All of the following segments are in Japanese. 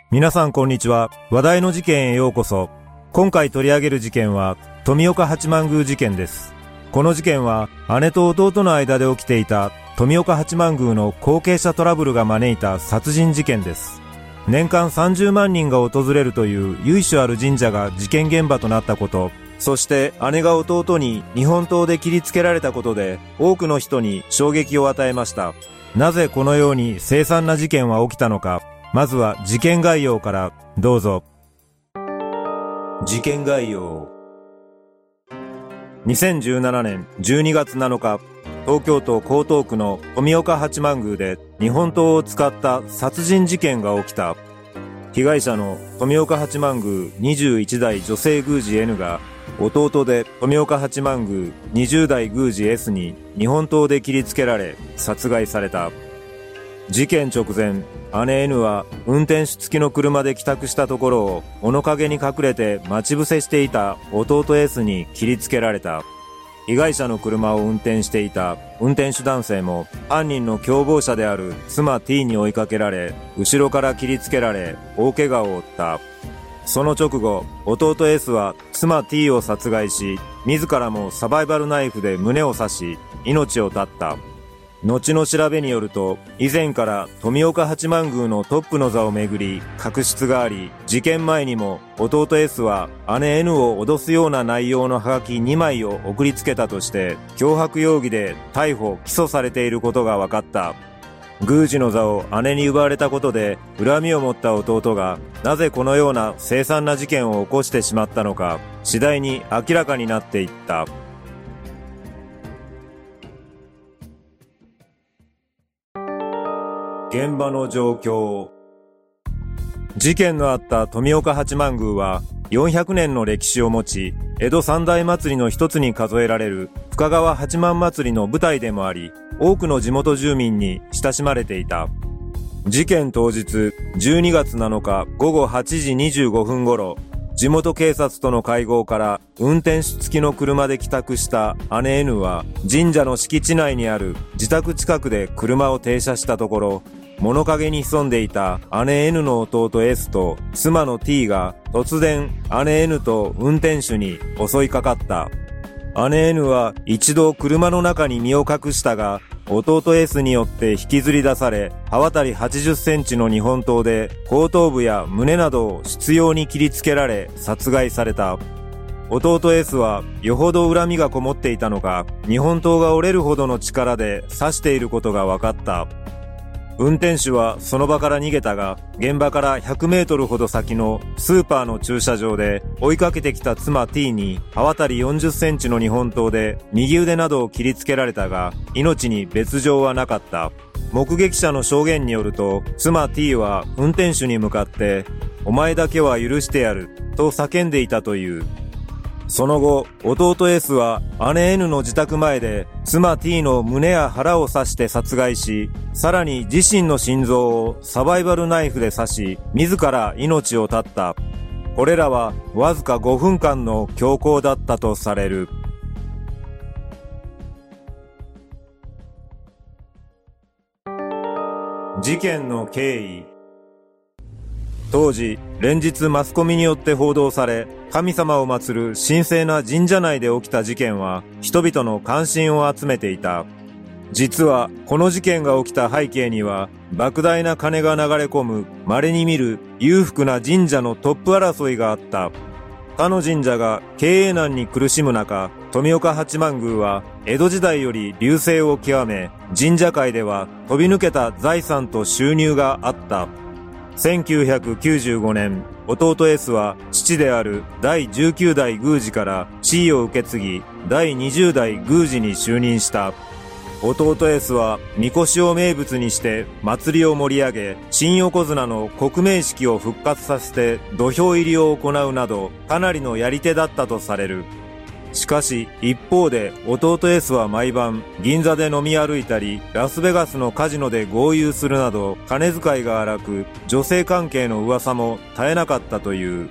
皆さんこんにちは。話題の事件へようこそ。今回取り上げる事件は富岡八幡宮事件です。この事件は姉と弟の間で起きていた富岡八幡宮の後継者トラブルが招いた殺人事件です。年間30万人が訪れるという由緒ある神社が事件現場となったこと、そして姉が弟に日本刀で切りつけられたことで多くの人に衝撃を与えました。なぜこのように凄惨な事件は起きたのか。まずは事件概要からどうぞ。事件概要。2017年12月7日、東京都江東区の富岡八幡宮で日本刀を使った殺人事件が起きた。被害者の富岡八幡宮21代女性宮司 N が弟で富岡八幡宮20代宮司 S に日本刀で切りつけられ殺害された。事件直前、姉 N は運転手付きの車で帰宅したところを物陰に隠れて待ち伏せしていた弟 S に切りつけられた。被害者の車を運転していた運転手男性も犯人の共謀者である妻 T に追いかけられ、後ろから切りつけられ大怪我を負った。その直後、弟 S は妻 T を殺害し、自らもサバイバルナイフで胸を刺し命を絶った。後の調べによると、以前から富岡八幡宮のトップの座をめぐり確執があり、事件前にも弟 S は姉 N を脅すような内容のハガキ2枚を送りつけたとして脅迫容疑で逮捕・起訴されていることが分かった。宮司の座を姉に奪われたことで恨みを持った弟がなぜこのような凄惨な事件を起こしてしまったのか、次第に明らかになっていった。現場の状況。事件のあった富岡八幡宮は400年の歴史を持ち、江戸三大祭りの一つに数えられる深川八幡祭りの舞台でもあり、多くの地元住民に親しまれていた。事件当日12月7日午後8時25分頃、地元警察との会合から運転手付きの車で帰宅した姉 N は神社の敷地内にある自宅近くで車を停車したところ、物陰に潜んでいた姉 N の弟 S と妻の T が突然姉 N と運転手に襲いかかった。姉 N は一度車の中に身を隠したが、弟 S によって引きずり出され、刃渡り80センチの日本刀で後頭部や胸などを執拗に切りつけられ殺害された。弟 S はよほど恨みがこもっていたのか、日本刀が折れるほどの力で刺していることが分かった。運転手はその場から逃げたが、現場から100メートルほど先のスーパーの駐車場で追いかけてきた妻 T に刃渡り40センチの日本刀で右腕などを切りつけられたが、命に別状はなかった。目撃者の証言によると、妻 T は運転手に向かって、お前だけは許してやると叫んでいたという。その後、弟 S は姉 N の自宅前で妻 T の胸や腹を刺して殺害し、さらに自身の心臓をサバイバルナイフで刺し、自ら命を絶った。これらはわずか5分間の凶行だったとされる。事件の経緯。当時、連日マスコミによって報道され、神様を祀る神聖な神社内で起きた事件は人々の関心を集めていた。実はこの事件が起きた背景には、莫大な金が流れ込む稀に見る裕福な神社のトップ争いがあった。他の神社が経営難に苦しむ中、富岡八幡宮は江戸時代より隆盛を極め、神社界では飛び抜けた財産と収入があった。1995年、弟 S は父である第19代宮司から地位を受け継ぎ、第20代宮司に就任した。弟 S は神輿を名物にして祭りを盛り上げ、新横綱の刻名式を復活させて土俵入りを行うなど、かなりのやり手だったとされる。しかし一方で弟 S は毎晩銀座で飲み歩いたり、ラスベガスのカジノで豪遊するなど金遣いが荒く、女性関係の噂も絶えなかったという。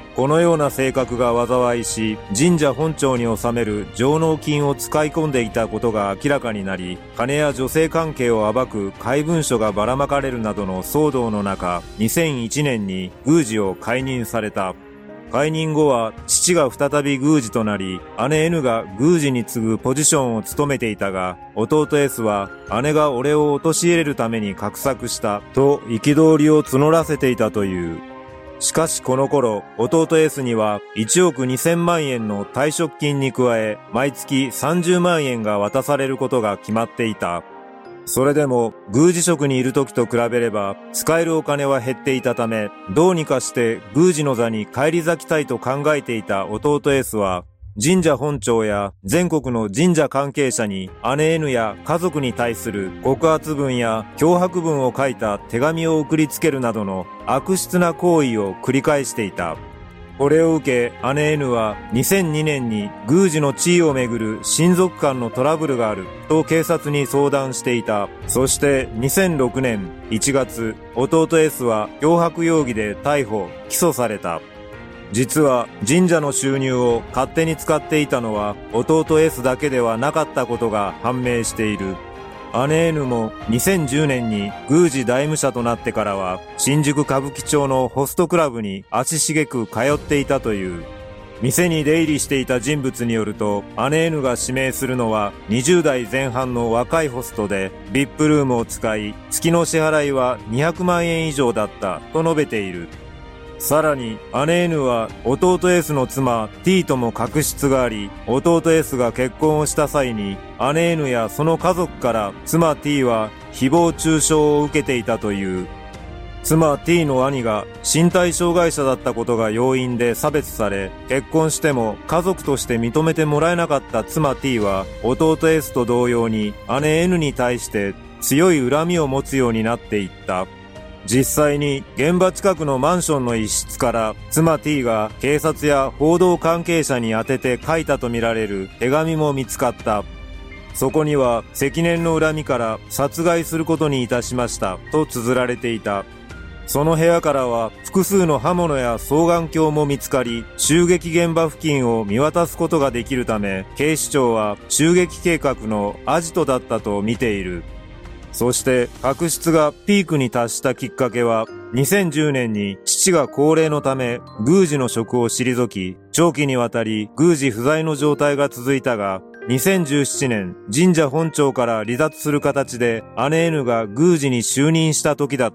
このような性格が災いし、神社本庁に納める上納金を使い込んでいたことが明らかになり、金や女性関係を暴く怪文書がばらまかれるなどの騒動の中、2001年に宮司を解任された。解任後は父が再び宮司となり、姉 N が宮司に次ぐポジションを務めていたが、弟 S は姉が俺を陥れるために画策したと憤りを募らせていたという。しかしこの頃、弟 S には1億2000万円の退職金に加え、毎月30万円が渡されることが決まっていた。それでも、宮司職にいる時と比べれば、使えるお金は減っていたため、どうにかして宮司の座に返り咲きたいと考えていた弟 S は、神社本庁や全国の神社関係者に姉 N や家族に対する告発文や脅迫文を書いた手紙を送りつけるなどの悪質な行為を繰り返していた。これを受け姉 N は2002年に宮司の地位をめぐる親族間のトラブルがあると警察に相談していた。そして2006年1月、弟 S は脅迫容疑で逮捕・起訴された。実は神社の収入を勝手に使っていたのは弟 S だけではなかったことが判明している。姉 N も2010年に宮司代務者となってからは新宿歌舞伎町のホストクラブに足しげく通っていたという。店に出入りしていた人物によると姉 N が指名するのは20代前半の若いホストで VIP ルームを使い月の支払いは200万円以上だったと述べている。さらに姉 N は弟 S の妻 T とも確執があり、弟 S が結婚をした際に姉 N やその家族から妻 T は誹謗中傷を受けていたという。妻 T の兄が身体障害者だったことが要因で差別され、結婚しても家族として認めてもらえなかった妻 T は弟 S と同様に姉 N に対して強い恨みを持つようになっていった。実際に現場近くのマンションの一室から妻 T が警察や報道関係者に宛てて書いたとみられる手紙も見つかった。そこには積年の恨みから殺害することにいたしましたと綴られていた。その部屋からは複数の刃物や双眼鏡も見つかり、襲撃現場付近を見渡すことができるため、警視庁は襲撃計画のアジトだったと見ている。そして確執がピークに達したきっかけは、2010年に父が高齢のため宮司の職を退き、長期にわたり宮司不在の状態が続いたが、2017年神社本庁から離脱する形で姉 N が宮司に就任した時だった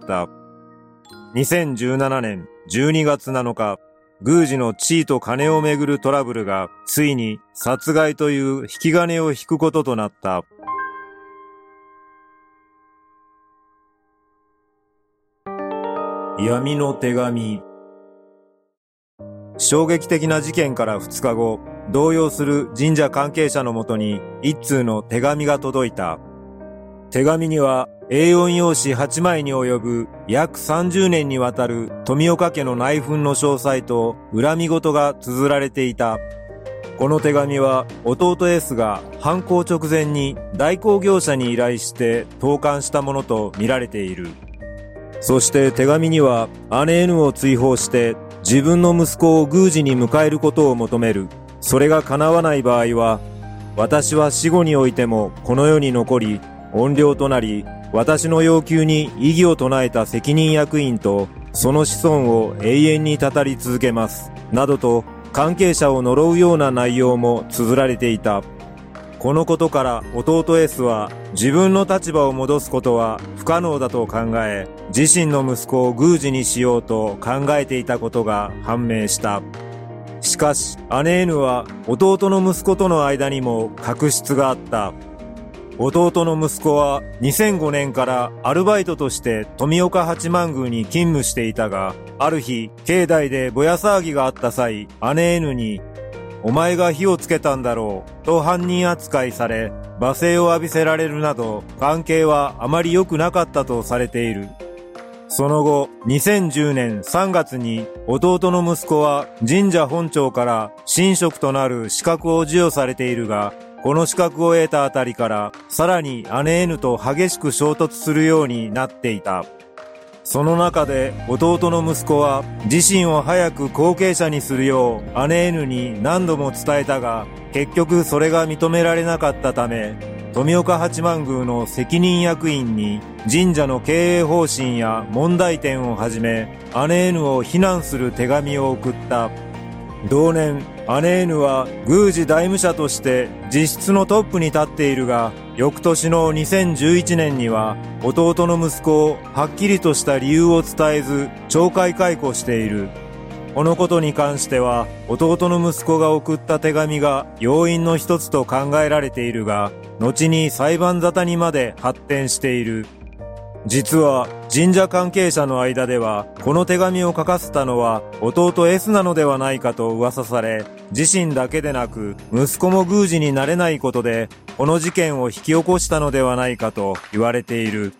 。2017年12月7日、宮司の地位と金をめぐるトラブルがついに殺害という引き金を引くこととなった。闇の手紙。衝撃的な事件から2日後、動揺する神社関係者のもとに一通の手紙が届いた。手紙には A4 用紙8枚に及ぶ約30年にわたる富岡家の内紛の詳細と恨み事が綴られていた。この手紙は弟 S が犯行直前に代行業者に依頼して投函したものと見られている。そして手紙には姉 N を追放して自分の息子を宮司に迎えることを求める。それが叶わない場合は、私は死後においてもこの世に残り、怨霊となり、私の要求に異議を唱えた責任役員とその子孫を永遠に語り続けます。などと関係者を呪うような内容も綴られていた。このことから弟 S は自分の立場を戻すことは不可能だと考え、自身の息子を宮司にしようと考えていたことが判明した。しかし姉 N は弟の息子との間にも確執があった。弟の息子は2005年からアルバイトとして富岡八幡宮に勤務していたが、ある日境内でぼや騒ぎがあった際、姉 N にお前が火をつけたんだろうと犯人扱いされ、罵声を浴びせられるなど関係はあまり良くなかったとされている。その後2010年3月に弟の息子は神社本庁から神職となる資格を授与されているが、この資格を得たあたりからさらに姉 N と激しく衝突するようになっていた。 その中で弟の息子は自身を早く後継者にするよう姉 N に何度も伝えたが、結局それが認められなかったため、富岡八幡宮の責任役員に神社の経営方針や問題点をはじめ、姉 N を非難する手紙を送った。同年、姉 N は宮司大務者として実質のトップに立っているが、翌年の2011年には弟の息子をはっきりとした理由を伝えず懲戒解雇している。このことに関しては弟の息子が送った手紙が要因の一つと考えられているが、後に裁判沙汰にまで発展している。実は神社関係者の間ではこの手紙を書かせたのは弟 S なのではないかと噂され、自身だけでなく息子も宮司になれないことでこの事件を引き起こしたのではないかと言われている。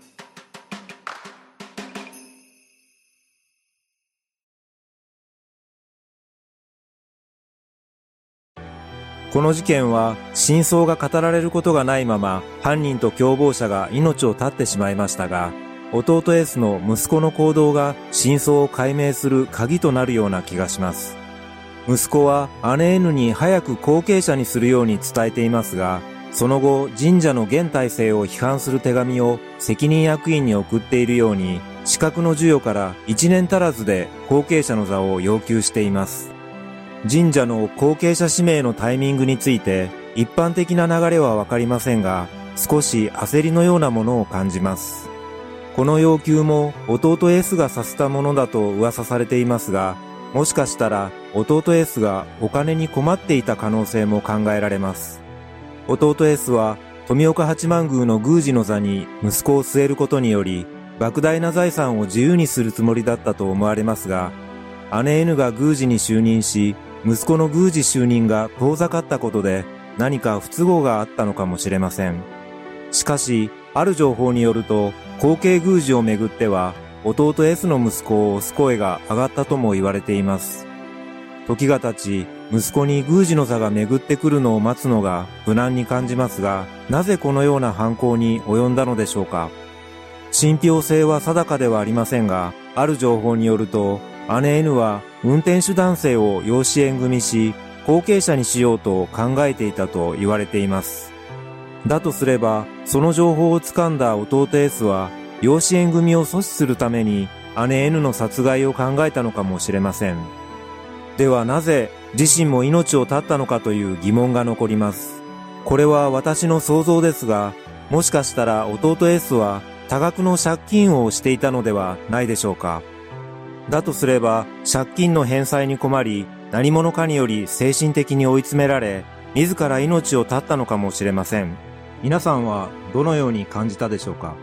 この事件は真相が語られることがないまま犯人と共謀者が命を絶ってしまいましたが、弟 S の息子の行動が真相を解明する鍵となるような気がします。息子は姉 N に早く後継者にするように伝えていますが、その後神社の現体制を批判する手紙を責任役員に送っているように、資格の授与から1年足らずで後継者の座を要求しています。神社の後継者指名のタイミングについて一般的な流れはわかりませんが、少し焦りのようなものを感じます。この要求も弟 S がさせたものだと噂されていますが、もしかしたら弟 S がお金に困っていた可能性も考えられます。弟 S は富岡八幡宮の宮司の座に息子を据えることにより、莫大な財産を自由にするつもりだったと思われますが、姉 N が宮司に就任し、息子の宮司就任が遠ざかったことで何か不都合があったのかもしれません。しかし、ある情報によると、後継宮司をめぐっては、弟 S の息子を推す声が上がったとも言われています。時が経ち、息子に宮司の座が巡ってくるのを待つのが無難に感じますが、なぜこのような犯行に及んだのでしょうか。信憑性は定かではありませんが、ある情報によると、姉 N は運転手男性を養子縁組し、後継者にしようと考えていたと言われています。だとすれば、その情報を掴んだ弟 S は、養子縁組を阻止するために姉 N の殺害を考えたのかもしれません。ではなぜ自身も命を絶ったのかという疑問が残ります。これは私の想像ですが、もしかしたら弟 S は多額の借金をしていたのではないでしょうか。だとすれば、借金の返済に困り、何者かにより精神的に追い詰められ、自ら命を絶ったのかもしれません。皆さんはどのように感じたでしょうか。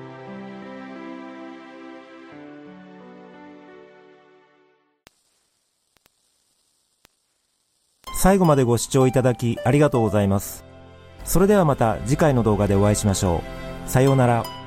最後までご視聴いただきありがとうございます。それではまた次回の動画でお会いしましょう。さようなら。